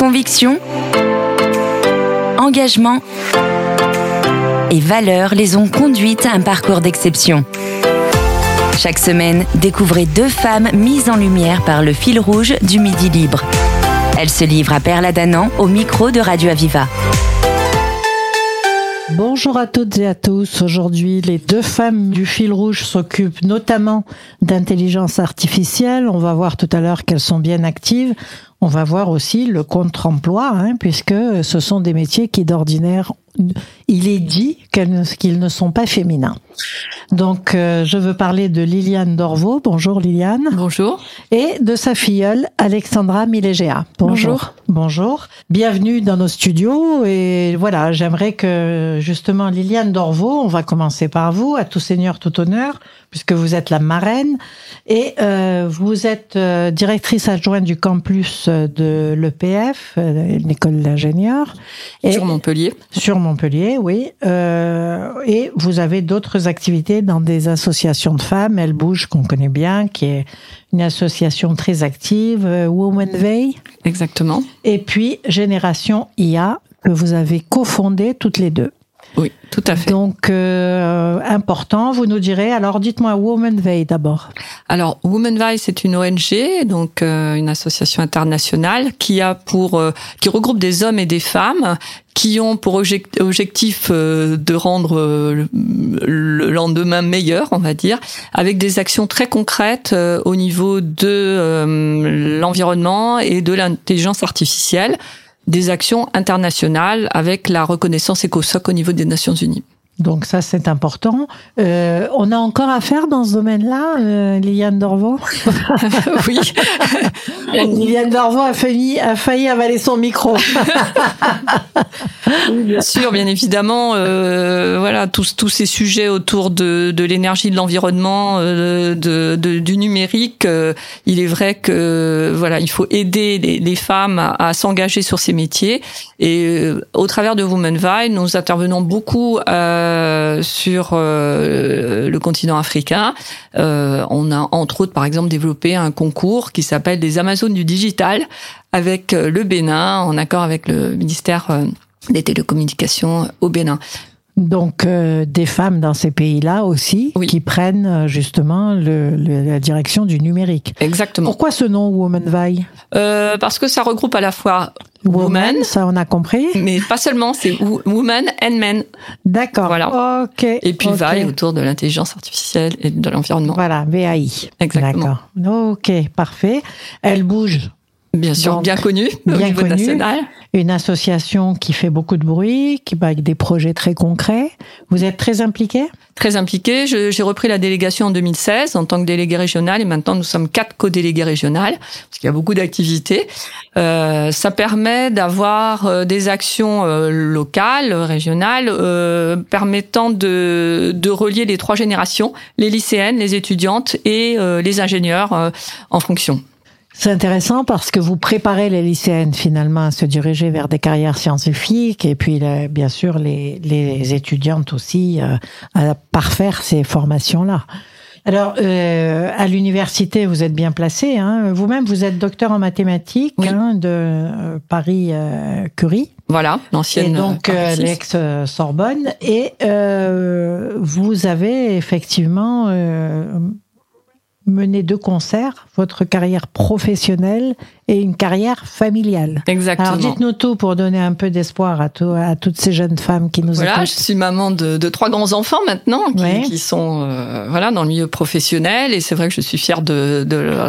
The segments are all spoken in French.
Conviction, engagement et valeurs les ont conduites à un parcours d'exception. Chaque semaine, découvrez 2 femmes mises en lumière par le fil rouge du Midi Libre. Elles se livrent à Perla-Danan au micro de Radio Aviva. Bonjour à toutes et à tous. Aujourd'hui, les 2 femmes du fil rouge s'occupent notamment d'intelligence artificielle. On va voir tout à l'heure qu'elles sont bien actives. On va voir aussi le contre-emploi, puisque ce sont des métiers qui d'ordinaire, il est dit qu'ils ne sont pas féminins. Donc, je veux parler de Liliane Dorvaux. Bonjour Liliane. Bonjour. Et de sa filleule, Alexandra Milégéa. Bonjour. Bonjour. Bienvenue dans nos studios. Et voilà, j'aimerais que justement Liliane Dorvaux, on va commencer par vous, à tout seigneur, tout honneur, puisque vous êtes la marraine. Et vous êtes directrice adjointe du campus de l'EPF, l'école d'ingénieurs. Sur Montpellier. Sur Montpellier, oui. Et vous avez d'autres activités dans des associations de femmes, Elle Bouge, qu'on connaît bien, qui est une association très active, Women Veil. Exactement. Et puis Génération IA, que vous avez cofondée toutes les 2. Oui, tout à fait. Donc, important, vous nous direz. Alors, dites-moi, Women Veil d'abord. Alors, Women Veil, c'est une ONG, donc une association internationale qui regroupe des hommes et des femmes qui ont pour objectif de rendre le lendemain meilleur, on va dire, avec des actions très concrètes au niveau de l'environnement et de l'intelligence artificielle. Des actions internationales avec la reconnaissance EcoSoc au niveau des Nations Unies. Donc ça, c'est important. On a encore à faire dans ce domaine-là, Liliane Dorvaux. Oui. Liliane Dorvaux a failli avaler son micro. Oui, bien sûr, bien évidemment. Voilà, tous ces sujets autour de l'énergie, de l'environnement, du numérique. Il est vrai que voilà, il faut aider les femmes à s'engager sur ces métiers. Et au travers de Women Veil, nous intervenons beaucoup sur le continent africain. On a entre autres, par exemple, développé un concours qui s'appelle les Amazones du digital avec le Bénin, en accord avec le ministère des télécommunications au Bénin. Donc, des femmes dans ces pays-là aussi, oui, qui prennent justement la direction du numérique. Exactement. Pourquoi ce nom Women Veil ? Parce que ça regroupe à la fois woman, ça on a compris. Mais pas seulement, c'est woman and men. D'accord. Voilà. Ok. Et puis Veil autour de l'intelligence artificielle et de l'environnement. Voilà, VAI. Exactement. D'accord. Ok, parfait. Elle bouge. Bien sûr, donc, bien connue au niveau national. Une association qui fait beaucoup de bruit, avec des projets très concrets. Vous êtes très impliquée ? Très impliquée. J'ai repris la délégation en 2016 en tant que déléguée régionale et maintenant nous sommes 4 co-déléguées régionales parce qu'il y a beaucoup d'activités. Ça permet d'avoir des actions locales, régionales, permettant de relier les 3 générations, les lycéennes, les étudiantes et les ingénieurs en fonction. C'est intéressant parce que vous préparez les lycéennes finalement à se diriger vers des carrières scientifiques et puis bien sûr les étudiantes aussi à parfaire ces formations-là. Alors, à l'université, vous êtes bien placée. Vous-même, vous êtes docteur en mathématiques, oui, de Paris Curie. Voilà, l'ancienne. Et donc, l'ex-Sorbonne. Et vous avez effectivement mener de concert votre carrière professionnelle et une carrière familiale. Exactement. Alors dites-nous tout pour donner un peu d'espoir à toutes ces jeunes femmes qui nous écoutent. Voilà, je suis maman de 3 grands enfants maintenant qui sont dans le milieu professionnel et c'est vrai que je suis fière de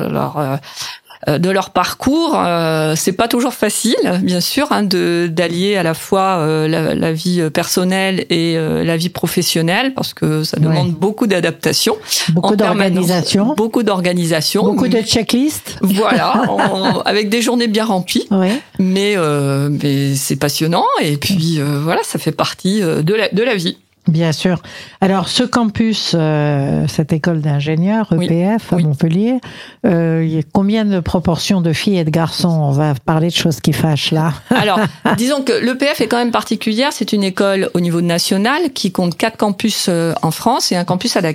leur parcours. C'est pas toujours facile, bien sûr, d'allier à la fois la vie personnelle et la vie professionnelle, parce que ça demande beaucoup d'adaptation, beaucoup d'organisation, beaucoup de checklists. Voilà, avec des journées bien remplies. Ouais. Mais c'est passionnant et puis voilà, ça fait partie de la vie. Bien sûr. Alors, ce campus, cette école d'ingénieurs, EPF, à Montpellier, il y a combien de proportions de filles et de garçons ? On va parler de choses qui fâchent, là. Alors, disons que l'EPF est quand même particulière. C'est une école au niveau national qui compte 4 campus en France et un campus à Dakar.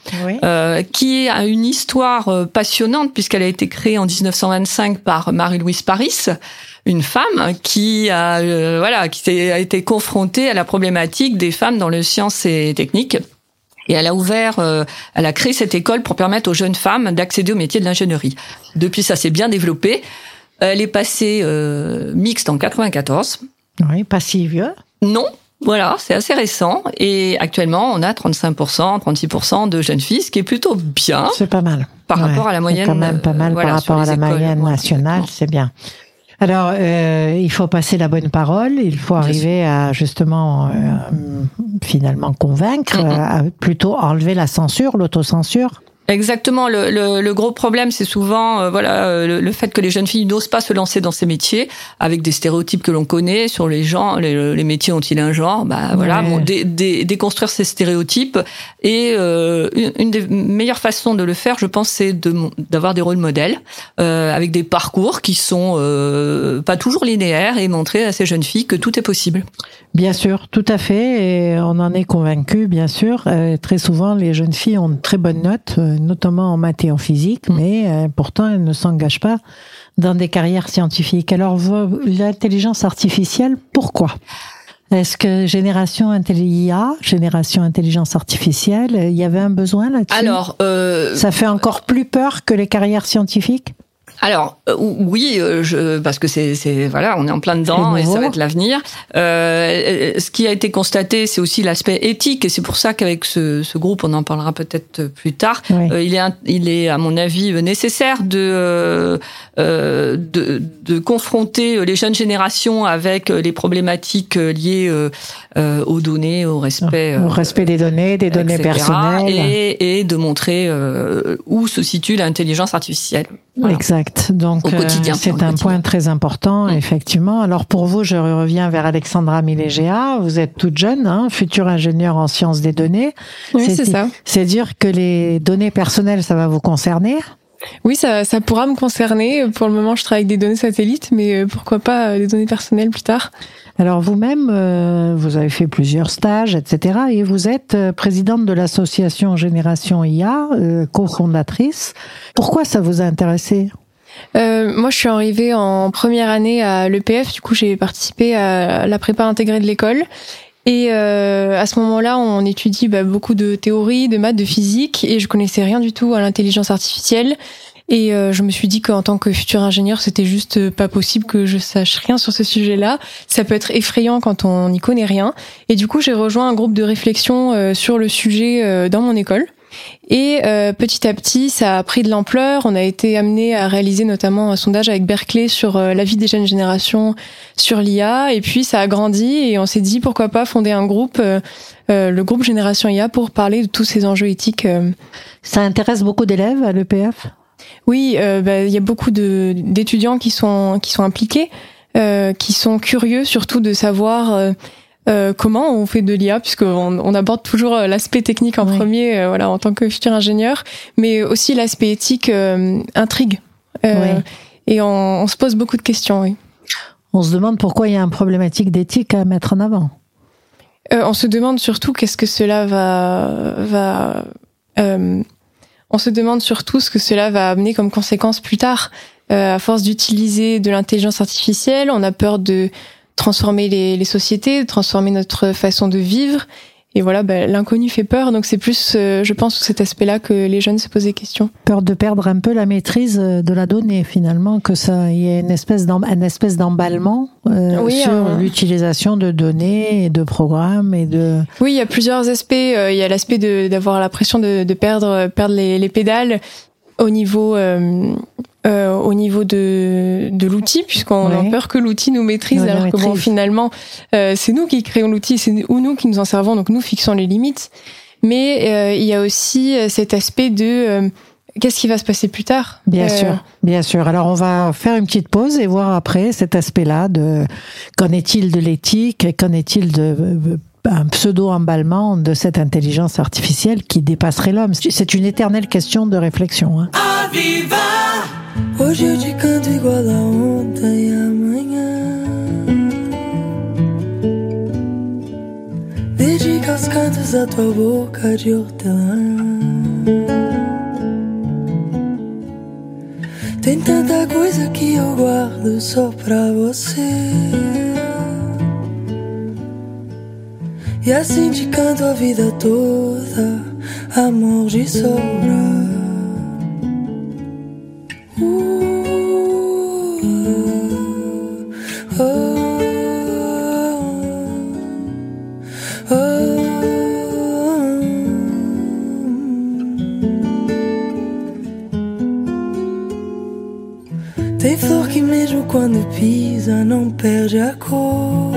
Oui. Qui a une histoire passionnante puisqu'elle a été créée en 1925 par Marie-Louise Paris, une femme qui a été confrontée à la problématique des femmes dans les sciences et techniques. Et elle a créé cette école pour permettre aux jeunes femmes d'accéder au métier de l'ingénierie. Depuis, ça s'est bien développé. Elle est passée mixte en 94. Oui, pas si vieux. Non, voilà, c'est assez récent. Et actuellement, on a 35%, 36% de jeunes filles, ce qui est plutôt bien. C'est pas mal. Par rapport à la moyenne. C'est quand même pas mal par rapport à la moyenne nationale, c'est bien. Alors, il faut passer la bonne parole, il faut arriver à justement, finalement convaincre, à plutôt enlever la censure, l'autocensure. Exactement. Le gros problème, c'est souvent le fait que les jeunes filles n'osent pas se lancer dans ces métiers avec des stéréotypes que l'on connaît sur les gens, les métiers ont-ils un genre. Déconstruire ces stéréotypes. Et une des meilleures façons de le faire, je pense, c'est d'avoir des rôles modèles avec des parcours qui sont pas toujours linéaires et montrer à ces jeunes filles que tout est possible. Bien sûr, tout à fait, et on en est convaincu, bien sûr. Très souvent, les jeunes filles ont de très bonnes notes, notamment en maths et en physique, mais pourtant, elles ne s'engagent pas dans des carrières scientifiques. Alors, l'intelligence artificielle, pourquoi ? Est-ce que génération intelligence artificielle, il y avait un besoin là-dessus ? Alors, ça fait encore plus peur que les carrières scientifiques ? Alors oui, parce que c'est on est en plein dedans et ça va être l'avenir. Ce qui a été constaté, c'est aussi l'aspect éthique et c'est pour ça qu'avec ce groupe, on en parlera peut-être plus tard. Oui. Il est à mon avis nécessaire de confronter les jeunes générations avec les problématiques liées aux données, au respect des données, etc. personnelles et de montrer où se situe l'intelligence artificielle. Voilà. Exact. Donc, c'est un point très important, effectivement. Alors, pour vous, je reviens vers Alexandra Milégéa. Vous êtes toute jeune, future ingénieure en sciences des données. Oui, c'est ça. C'est dire que les données personnelles, ça va vous concerner ? Oui, ça pourra me concerner. Pour le moment, je travaille avec des données satellites, mais pourquoi pas des données personnelles plus tard ? Alors vous-même, vous avez fait plusieurs stages, etc. Et vous êtes présidente de l'association Génération IA, cofondatrice. Pourquoi ça vous a intéressé ? Moi, je suis arrivée en première année à l'EPF. Du coup, j'ai participé à la prépa intégrée de l'école. Et à ce moment-là, on étudie beaucoup de théorie, de maths, de physique, et je connaissais rien du tout à l'intelligence artificielle. Et je me suis dit qu'en tant que futur ingénieur, c'était juste pas possible que je sache rien sur ce sujet-là. Ça peut être effrayant quand on n'y connaît rien. Et du coup, j'ai rejoint un groupe de réflexion sur le sujet dans mon école. Et petit à petit, ça a pris de l'ampleur. On a été amené à réaliser notamment un sondage avec Berkeley sur l'avis des jeunes générations sur l'IA. Et puis, ça a grandi et on s'est dit pourquoi pas fonder un groupe, le groupe Génération IA, pour parler de tous ces enjeux éthiques. Ça intéresse beaucoup d'élèves à l'EPF ? Oui, il y a beaucoup d'étudiants qui sont impliqués, qui sont curieux surtout de savoir comment on fait de l'IA, puisqu'on aborde toujours l'aspect technique en premier, en tant que futur ingénieur, mais aussi l'aspect éthique intrigue. Et on se pose beaucoup de questions. Oui. On se demande pourquoi il y a une problématique d'éthique à mettre en avant. On se demande surtout qu'est-ce que cela on se demande surtout ce que cela va amener comme conséquence plus tard. À force d'utiliser de l'intelligence artificielle, on a peur de transformer les sociétés, de transformer notre façon de vivre. Et voilà, l'inconnu fait peur. Donc c'est plus, je pense, cet aspect-là que les jeunes se posent des questions. Peur de perdre un peu la maîtrise de la donnée, finalement, que ça y ait une espèce d'emballement sur l'utilisation de données et de programmes et de. Oui, il y a plusieurs aspects. Il y a l'aspect d'avoir l'impression de perdre les pédales au niveau de l'outil, puisqu'on a peur que l'outil nous maîtrise, alors que finalement, c'est nous qui créons l'outil, c'est nous qui nous en servons, donc nous fixons les limites. Mais il y a aussi cet aspect de qu'est-ce qui va se passer plus tard. Bien sûr. Alors on va faire une petite pause et voir après cet aspect-là de qu'en est-il de l'éthique, qu'en est-il de un pseudo-emballement de cette intelligence artificielle qui dépasserait l'homme. C'est une éternelle question de réflexion. Aviva! Hoje eu te canto igual a ontem e amanhã. Dedica os cantos à tua boca de hortelã. Tem tanta coisa que eu guardo só pra você. E assim te canto a vida toda, amor de sobra. Tem flor que mesmo quando pisa não perde a cor.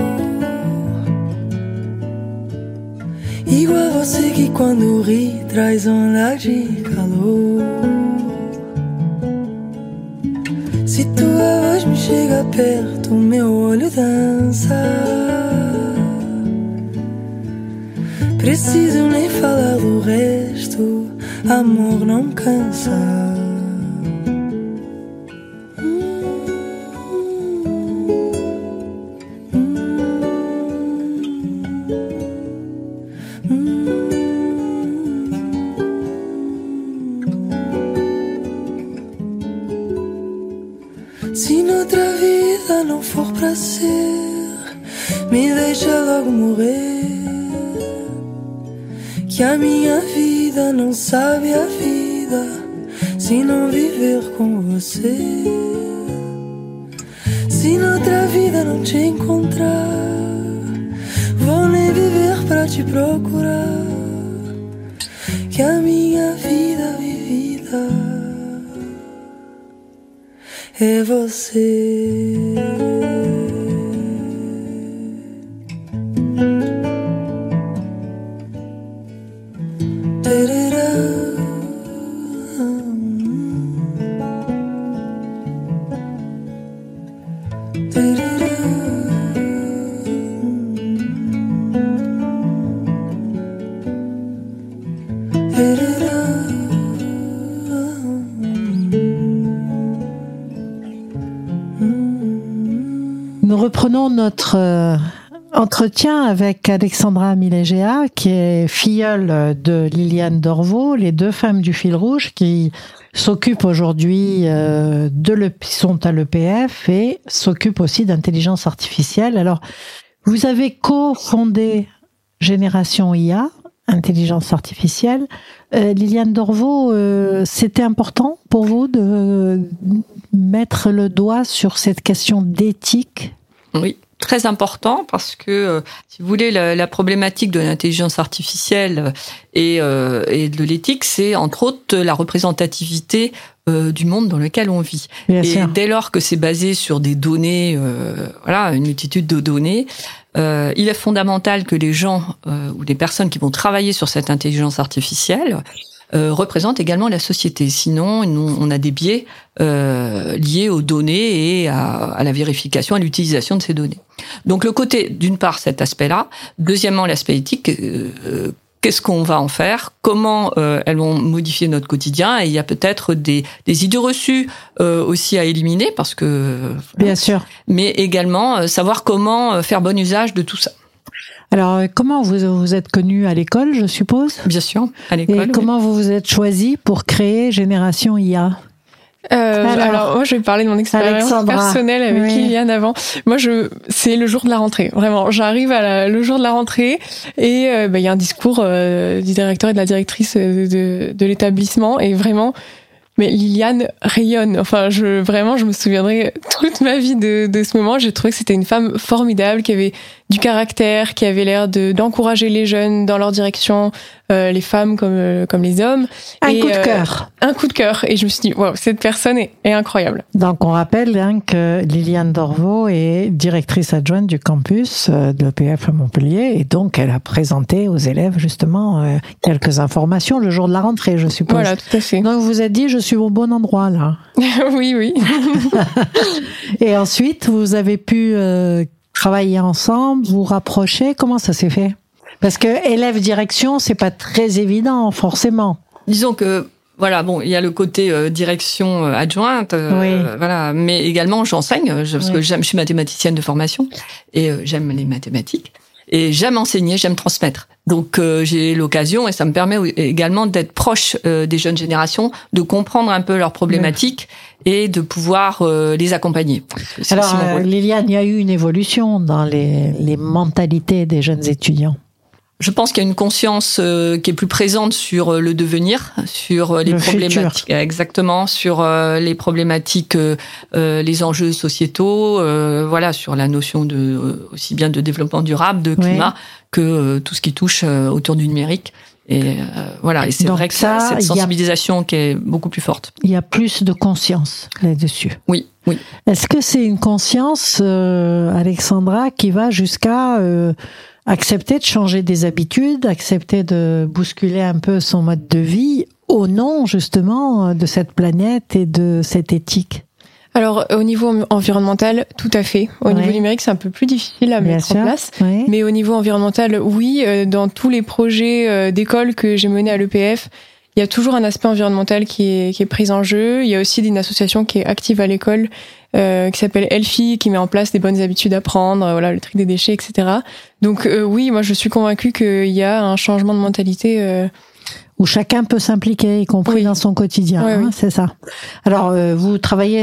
Igual você que quando ri traz onda de calor. Se tua voz me chega perto, meu olho dança. Preciso nem falar do resto, amor não cansa. Se noutra vida não for pra ser, me deixa logo morrer. Que a minha vida não sabe a vida se não viver com você. Se noutra vida não te encontrar, vou nem viver pra te procurar. Que a minha vida vivida é você. Nous reprenons notre entretien avec Alexandra Milegea, qui est filleule de Liliane Dorvaux, les deux femmes du fil rouge qui s'occupent aujourd'hui sont à l'EPF et s'occupent aussi d'intelligence artificielle. Alors, vous avez cofondé Génération IA, intelligence artificielle. Liliane Dorvaux, c'était important pour vous de mettre le doigt sur cette question d'éthique? Oui, très important parce que, si vous voulez, la problématique de l'intelligence artificielle et de l'éthique, c'est entre autres la représentativité du monde dans lequel on vit. Bien et sûr. Dès lors que c'est basé sur des données, une multitude de données, il est fondamental que les gens ou les personnes qui vont travailler sur cette intelligence artificielle représentent également la société. Sinon, on a des biais liés aux données et à la vérification, à l'utilisation de ces données. Donc le côté, d'une part, cet aspect-là. Deuxièmement, l'aspect éthique. Qu'est-ce qu'on va en faire? Comment elles vont modifier notre quotidien? Et il y a peut-être des idées reçues aussi à éliminer parce que... Bien sûr. Mais également savoir comment faire bon usage de tout ça. Alors, comment vous êtes connue à l'école, je suppose? Bien sûr, à l'école. Et comment vous vous êtes choisie pour créer Génération IA? Alors, moi, je vais parler de mon expérience Alexandra. personnelle avec Liliane avant. Moi, c'est le jour de la rentrée. Vraiment, j'arrive le jour de la rentrée et il y a un discours du directeur et de la directrice de l'établissement et vraiment, mais Liliane rayonne. Enfin, je me souviendrai toute ma vie de ce moment. J'ai trouvé que c'était une femme formidable, qui avait du caractère, qui avait l'air d'encourager les jeunes dans leur direction, les femmes comme les hommes. Un coup de cœur. Un coup de cœur. Et je me suis dit, waouh, cette personne est incroyable. Donc, on rappelle que Liliane Dorvaux est directrice adjointe du campus de l'EPF à Montpellier. Et donc, elle a présenté aux élèves, justement, quelques informations le jour de la rentrée, je suppose. Voilà, tout à fait. Donc, vous vous êtes dit, je suis au bon endroit, là. Oui. Et ensuite, vous avez pu travailler ensemble, vous rapprocher. Comment ça s'est fait? Parce que élève direction, c'est pas très évident, forcément. Disons que voilà, bon, il y a le côté direction adjointe, voilà, mais également j'enseigne parce que je suis mathématicienne de formation et j'aime les mathématiques. Et j'aime enseigner, j'aime transmettre. Donc j'ai l'occasion, et ça me permet également d'être proche des jeunes générations, de comprendre un peu leurs problématiques et de pouvoir les accompagner. Alors Liliane, il y a eu une évolution dans les mentalités des jeunes étudiants. Je pense qu'il y a une conscience qui est plus présente sur le devenir, sur les problématiques, futur. Exactement, sur les problématiques, les enjeux sociétaux, voilà, sur la notion de aussi bien de développement durable, de climat, que tout ce qui touche autour du numérique. Et voilà, et c'est donc vrai que cette sensibilisation qui est beaucoup plus forte. Il y a plus de conscience là-dessus. Oui. Est-ce que c'est une conscience, Alexandra, qui va jusqu'à accepter de changer des habitudes, accepter de bousculer un peu son mode de vie au nom justement de cette planète et de cette éthique? Alors au niveau environnemental, tout à fait. Au niveau numérique, c'est un peu plus difficile à mettre en place. Mais au niveau environnemental, oui, dans tous les projets d'école que j'ai menés à l'EPF, il y a toujours un aspect environnemental qui est pris en jeu. Il y a aussi une association qui est active à l'école qui s'appelle Elfi, qui met en place des bonnes habitudes à prendre, voilà, le tri des déchets, etc. Donc oui, moi je suis convaincue qu'il y a un changement de mentalité où chacun peut s'impliquer, y compris dans son quotidien. Oui. C'est ça. Alors, vous travaillez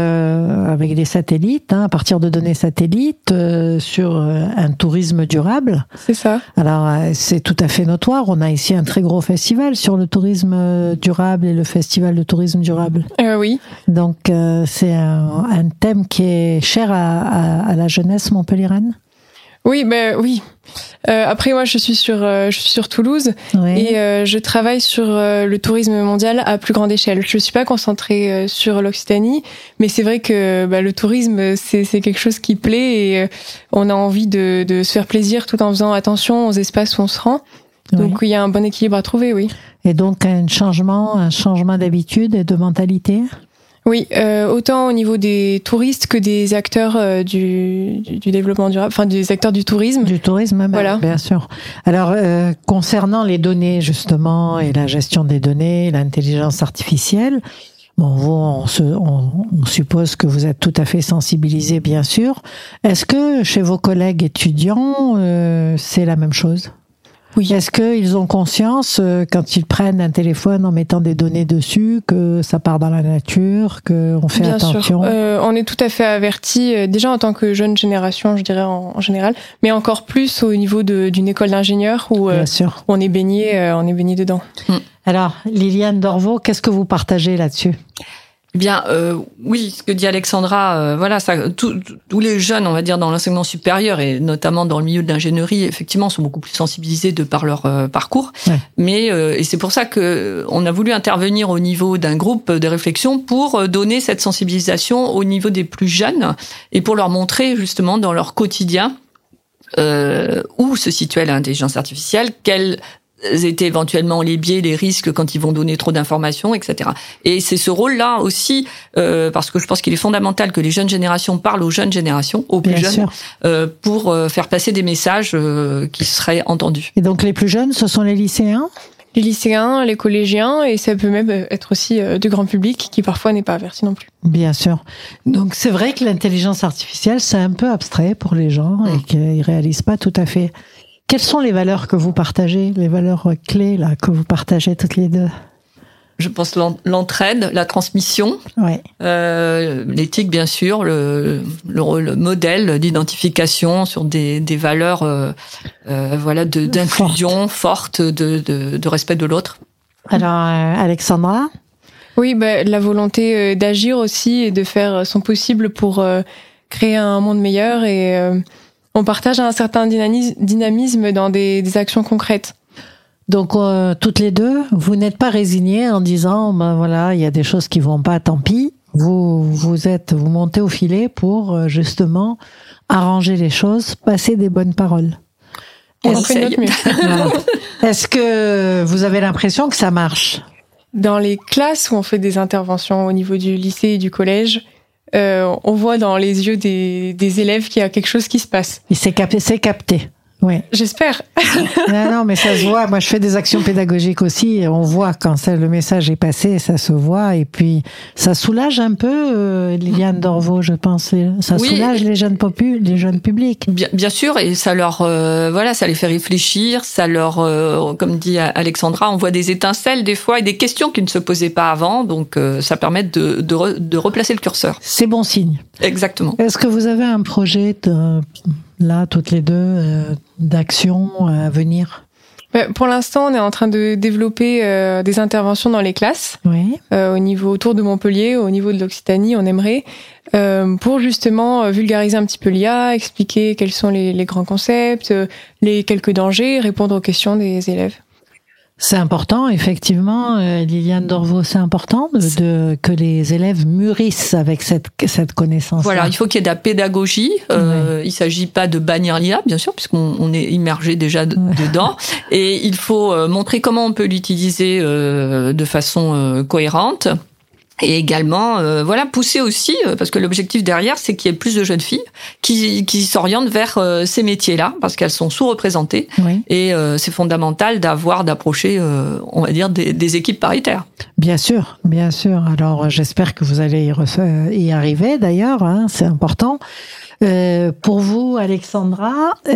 avec des satellites, à partir de données satellites, sur un tourisme durable. C'est ça. Alors, c'est tout à fait notoire. On a ici un très gros festival sur le tourisme durable et le festival de tourisme durable. Oui. Donc, c'est un thème qui est cher à la jeunesse montpelliéraine. Oui, oui. Après, moi, je suis sur Toulouse et je travaille sur le tourisme mondial à plus grande échelle. Je suis pas concentrée sur l'Occitanie, mais c'est vrai que le tourisme, c'est quelque chose qui plaît et on a envie de se faire plaisir tout en faisant attention aux espaces où on se rend. Donc, il y a un bon équilibre à trouver, oui. Et donc, un changement d'habitude et de mentalité? Oui, autant au niveau des touristes que des acteurs du développement durable, enfin des acteurs du tourisme. Du tourisme, voilà. Bien sûr. Alors, concernant les données justement et la gestion des données, l'intelligence artificielle, bon, vous, on suppose que vous êtes tout à fait sensibilisés, bien sûr. Est-ce que chez vos collègues étudiants, c'est la même chose? Oui. Est-ce qu'ils ont conscience, quand ils prennent un téléphone en mettant des données dessus, que ça part dans la nature, qu'on fait bien attention? Sûr. On est tout à fait avertis, déjà en tant que jeune génération, je dirais en général, mais encore plus au niveau d'une école d'ingénieurs où on est baigné dedans. Alors, Liliane Dorvaux, qu'est-ce que vous partagez là-dessus? Bien, oui, ce que dit Alexandra, voilà, ça, tous les jeunes, on va dire, dans l'enseignement supérieur et notamment dans le milieu de l'ingénierie, effectivement, sont beaucoup plus sensibilisés de par leur parcours. Ouais. Mais et c'est pour ça que on a voulu intervenir au niveau d'un groupe de réflexion pour donner cette sensibilisation au niveau des plus jeunes et pour leur montrer justement dans leur quotidien où se situait l'intelligence artificielle, quelles étaient éventuellement les biais, les risques quand ils vont donner trop d'informations, etc. Et c'est ce rôle-là aussi, parce que je pense qu'il est fondamental que les jeunes générations parlent aux jeunes générations, aux plus jeunes, pour faire passer des messages qui seraient entendus. Et donc les plus jeunes, ce sont les lycéens ? Les lycéens, les collégiens, et ça peut même être aussi du grand public qui parfois n'est pas averti non plus. Bien sûr. Donc c'est vrai que l'intelligence artificielle, c'est un peu abstrait pour les gens et qu'ils réalisent pas tout à fait. Quelles sont les valeurs que vous partagez, les valeurs clés là que vous partagez toutes les deux? Je pense l'entraide, la transmission, l'éthique bien sûr, le modèle d'identification sur des valeurs voilà d'inclusion forte, de respect de l'autre. Alors Alexandra? Oui, la volonté d'agir aussi et de faire son possible pour créer un monde meilleur et on partage un certain dynamisme dans des actions concrètes. Donc, toutes les deux, vous n'êtes pas résignées en disant, voilà, il y a des choses qui vont pas, tant pis. Vous montez au filet pour, justement, arranger les choses, passer des bonnes paroles. On fait de notre mieux. Voilà. Est-ce que vous avez l'impression que ça marche? Dans les classes où on fait des interventions au niveau du lycée et du collège, on voit dans les yeux des élèves qu'il y a quelque chose qui se passe. Et c'est capté. Oui. J'espère. Non, mais ça se voit. Moi, je fais des actions pédagogiques aussi. Et on voit quand le message est passé, ça se voit. Et puis, ça soulage un peu, Liliane Dorvaux, je pense. Ça soulage les jeunes publics. Bien sûr, et ça leur, ça les fait réfléchir. Ça leur, comme dit Alexandra, on voit des étincelles des fois et des questions qui ne se posaient pas avant. Donc, ça permet de replacer le curseur. C'est bon signe. Exactement. Est-ce que vous avez un projet là, toutes les deux, d'action à venir? Pour l'instant, on est en train de développer des interventions dans les classes. Oui. Au niveau autour de Montpellier, au niveau de l'Occitanie, on aimerait, pour justement vulgariser un petit peu l'IA, expliquer quels sont les grands concepts, les quelques dangers, répondre aux questions des élèves. C'est important, effectivement, Liliane Dorvaux, c'est important que les élèves mûrissent avec cette connaissance. Voilà, il faut qu'il y ait de la pédagogie. Il s'agit pas de bannir l'IA, bien sûr, puisqu'on est immergé déjà dedans. Et il faut montrer comment on peut l'utiliser de façon cohérente. Et également, pousser aussi, parce que l'objectif derrière, c'est qu'il y ait plus de jeunes filles qui s'orientent vers ces métiers-là, parce qu'elles sont sous-représentées. Oui. Et c'est fondamental d'approcher, on va dire, des équipes paritaires. Bien sûr, bien sûr. Alors, j'espère que vous allez y arriver, d'ailleurs, hein, c'est important. Pour vous, Alexandra,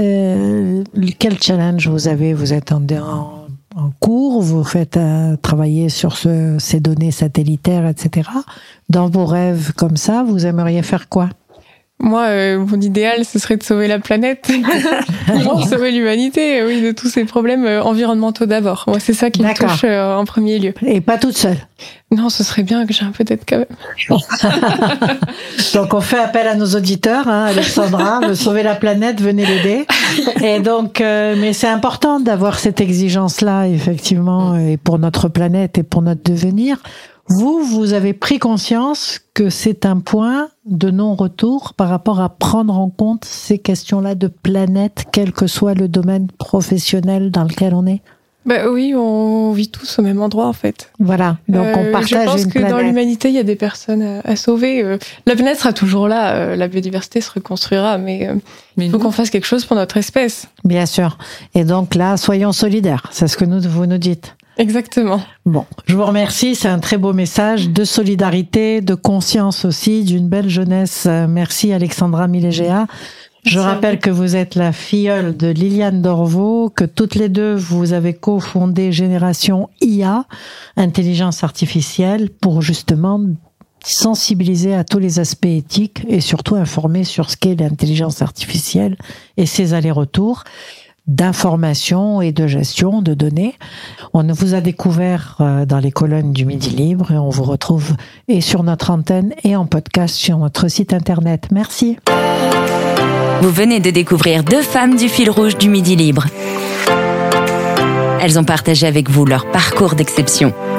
quel challenge vous avez? Vous êtes en cours, vous faites travailler sur ces données satellitaires, etc. Dans vos rêves comme ça, vous aimeriez faire quoi? Moi, mon idéal, ce serait de sauver la planète, sauver l'humanité, oui, de tous ces problèmes environnementaux d'abord. Moi, c'est ça qui me touche en premier lieu. Et pas toute seule? Non, ce serait bien que j'ai un peu d'aide quand même. Donc, on fait appel à nos auditeurs, hein, Alexandra, de sauver la planète, venez l'aider. Et donc, mais c'est important d'avoir cette exigence-là, effectivement, et pour notre planète et pour notre devenir. Vous avez pris conscience que c'est un point de non-retour par rapport à prendre en compte ces questions-là de planète, quel que soit le domaine professionnel dans lequel on est? Oui, on vit tous au même endroit en fait. Voilà, donc on partage une planète. Je pense que dans l'humanité, il y a des personnes à sauver. La planète sera toujours là, la biodiversité se reconstruira, mais il faut qu'on fasse quelque chose pour notre espèce. Bien sûr. Et donc là, soyons solidaires, c'est ce que vous nous dites. Exactement. Bon, je vous remercie, c'est un très beau message de solidarité, de conscience aussi, d'une belle jeunesse. Merci Alexandra Milégéa. Je rappelle que vous êtes la filleule de Liliane Dorvaux, que toutes les deux, vous avez cofondé Génération IA, intelligence artificielle, pour justement sensibiliser à tous les aspects éthiques et surtout informer sur ce qu'est l'intelligence artificielle et ses allers-retours d'information et de gestion de données. On vous a découvert dans les colonnes du Midi Libre et on vous retrouve et sur notre antenne et en podcast sur notre site internet. Merci. Vous venez de découvrir 2 femmes du fil rouge du Midi Libre. Elles ont partagé avec vous leur parcours d'exception.